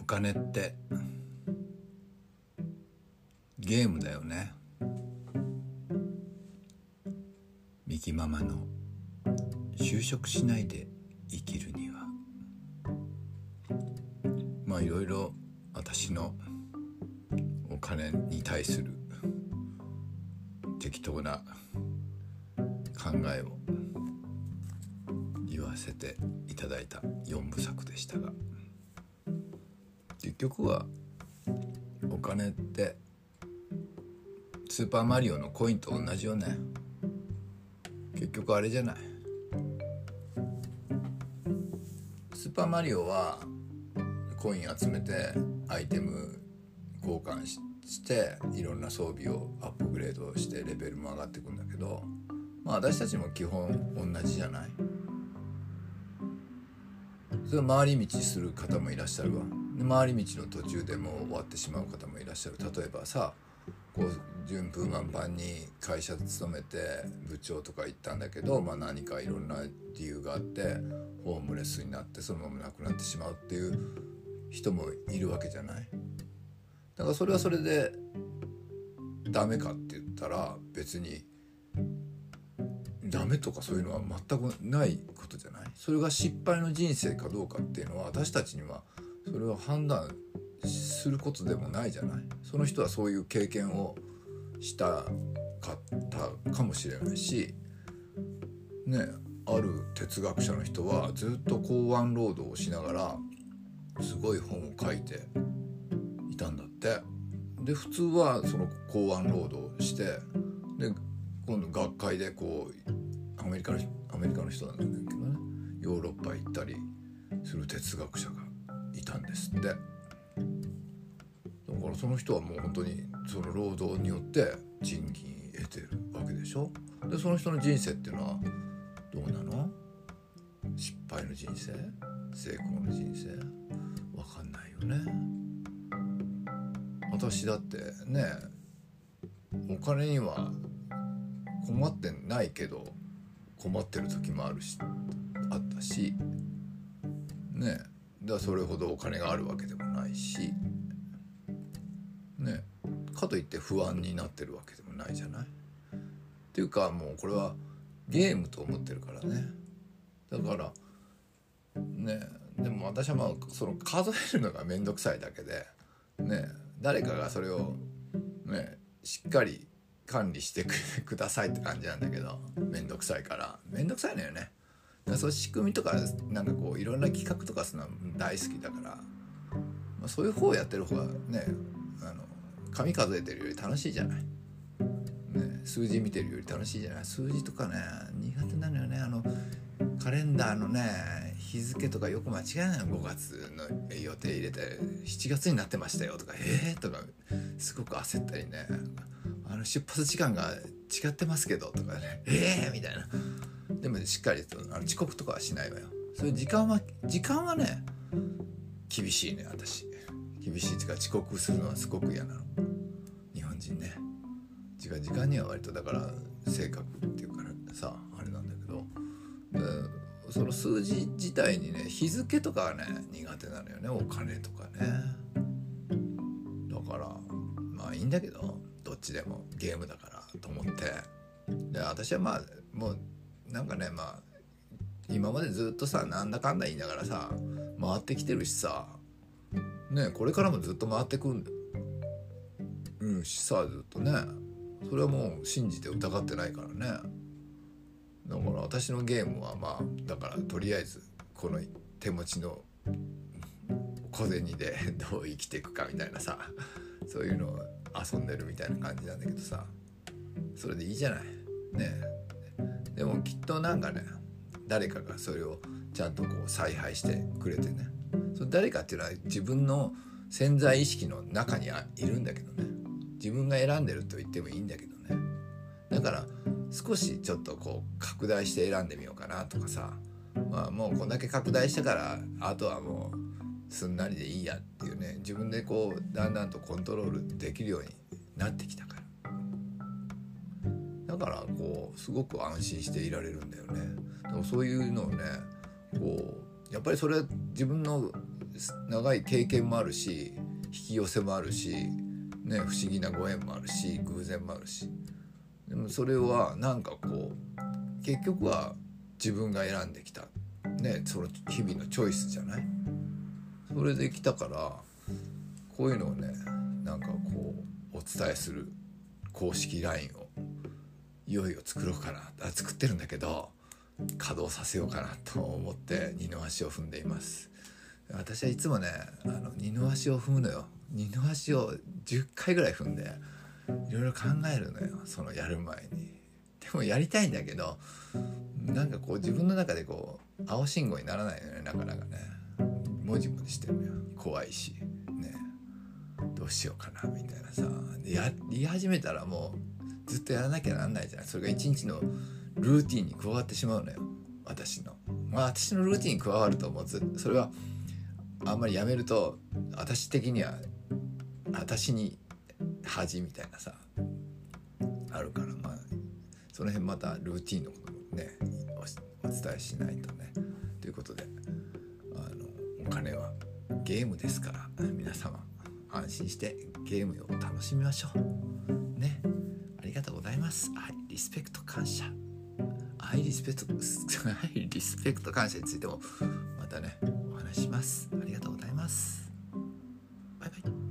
金ってゲームだよね。ミキママの就職しないで生きるには、まあいろいろ私のお金に対する適当な考えを言わせていただいた4部作でしたが、結局はお金ってスーパーマリオのコインと同じよね。結局あれじゃない。スーパーマリオはコイン集めてアイテム交換していろんな装備をアップグレードしてレベルも上がっていくんだけど、まあ私たちも基本同じじゃない。それは回り道する方もいらっしゃるわ。で回り道の途中でもう終わってしまう方もいらっしゃる。例えばさ、こう順風満帆に会社勤めて部長とか行ったんだけど、まあ、何かいろんな理由があってホームレスになってそのまま亡くなってしまうっていう人もいるわけじゃない。だからそれはそれでダメかって言ったら別にダメとかそういうのは全くないことじゃない。それが失敗の人生かどうかっていうのは私たちにはそれを判断することでもないじゃない。その人はそういう経験をしたかったかもしれないしね。ある哲学者の人はずっと港湾労働をしながらすごい本を書いていたんだって。で普通はその港湾労働してで今度学会でこうアメリカの人なんだけどね、ヨーロッパ行ったりする哲学者がいたんですって。だからその人はもう本当にその労働によって賃金得てるわけでしょ。でその人の人生っていうのはどうなの？失敗の人生？成功の人生？わかんないよね。私だってね、お金には困ってないけど困ってる時もあったしね。だからそれほどお金があるわけでもないしね、かといって不安になってるわけでもないじゃない。っていうかもうこれはゲームと思ってるからね。だからね、でも私はまあその数えるのがめんどくさいだけでね、誰かがそれをねしっかり管理してくださいって感じなんだけど、めんどくさいからめんどくさいのよね。だからそういう仕組みとかなんかこういろんな企画とかするの大好きだから、まあ、そういう方をやってる方がね、紙数えてるより楽しいじゃない、ね、数字見てるより楽しいじゃない。数字とかね苦手なのよね。カレンダーのね日付とかよく間違えないの。5月の予定入れて7月になってましたよとかとかすごく焦ったりね、出発時間が違ってますけどとかねみたいな。でもしっかりと遅刻とかはしないわよ。そういう時間はね厳しいね。私厳しいっていうか遅刻するのはすごく嫌なの。日本人ね時間には割とだから性格っていうかさあれなんだけど、その数字自体にね日付とかはね苦手なのよね。お金とかね。だからまあいいんだけどどっちでもゲームだからと思って、で私はまあもうなんかね、まあ今までずっとさなんだかんだ言いながらさ回ってきてるしさね、これからもずっと回ってくんしさ、ずっとねそれはもう信じて疑ってないからね。だから私のゲームはまあだからとりあえずこの手持ちの小銭でどう生きていくかみたいなさ、そういうのを遊んでるみたいな感じなんだけどさ、それでいいじゃないね。でもきっとなんかね誰かがそれをちゃんとこう采配してくれてね、その誰かっていうのは自分の潜在意識の中にいるんだけどね、自分が選んでると言ってもいいんだけどね。だから少しちょっとこう拡大して選んでみようかなとかさ、まあもうこんだけ拡大したからあとはもうすんなりでいいやっていうね、自分でこうだんだんとコントロールできるようになってきたから、だからこうすごく安心していられるんだよね。でもそういうのをねこうやっぱりそれ自分の長い経験もあるし、引き寄せもあるし、ね、不思議なご縁もあるし、偶然もあるし、でもそれはなんかこう結局は自分が選んできた、ね、その日々のチョイスじゃない。それで来たから、こういうのをね、なんかこうお伝えする公式 LINE をいよいよ作ろうかな、作ってるんだけど稼働させようかなと思って二の足を踏んでいます。私はいつもね、二の足を踏むのよ。二の足を10回ぐらい踏んでいろいろ考えるのよ、そのやる前に。でもやりたいんだけど、なんかこう自分の中でこう青信号にならないのよね、なかなかね。もじもじしてるのよ、怖いしね、どうしようかなみたいなさ。でやり始めたらもうずっとやらなきゃなんないじゃない。それが一日のルーティンに加わってしまうのよ、私の。私のルーティンに加わると思う。それはあんまりやめると私的には私に恥みたいなさあるから、その辺またルーティンのこともねお伝えしないとね。ということで、お金はゲームですから、皆様安心してゲームを楽しみましょうね。ありがとうございます。リスペクト感謝、リスペクト感謝についてもまたねお話します。ありがとうございます。バイバイ。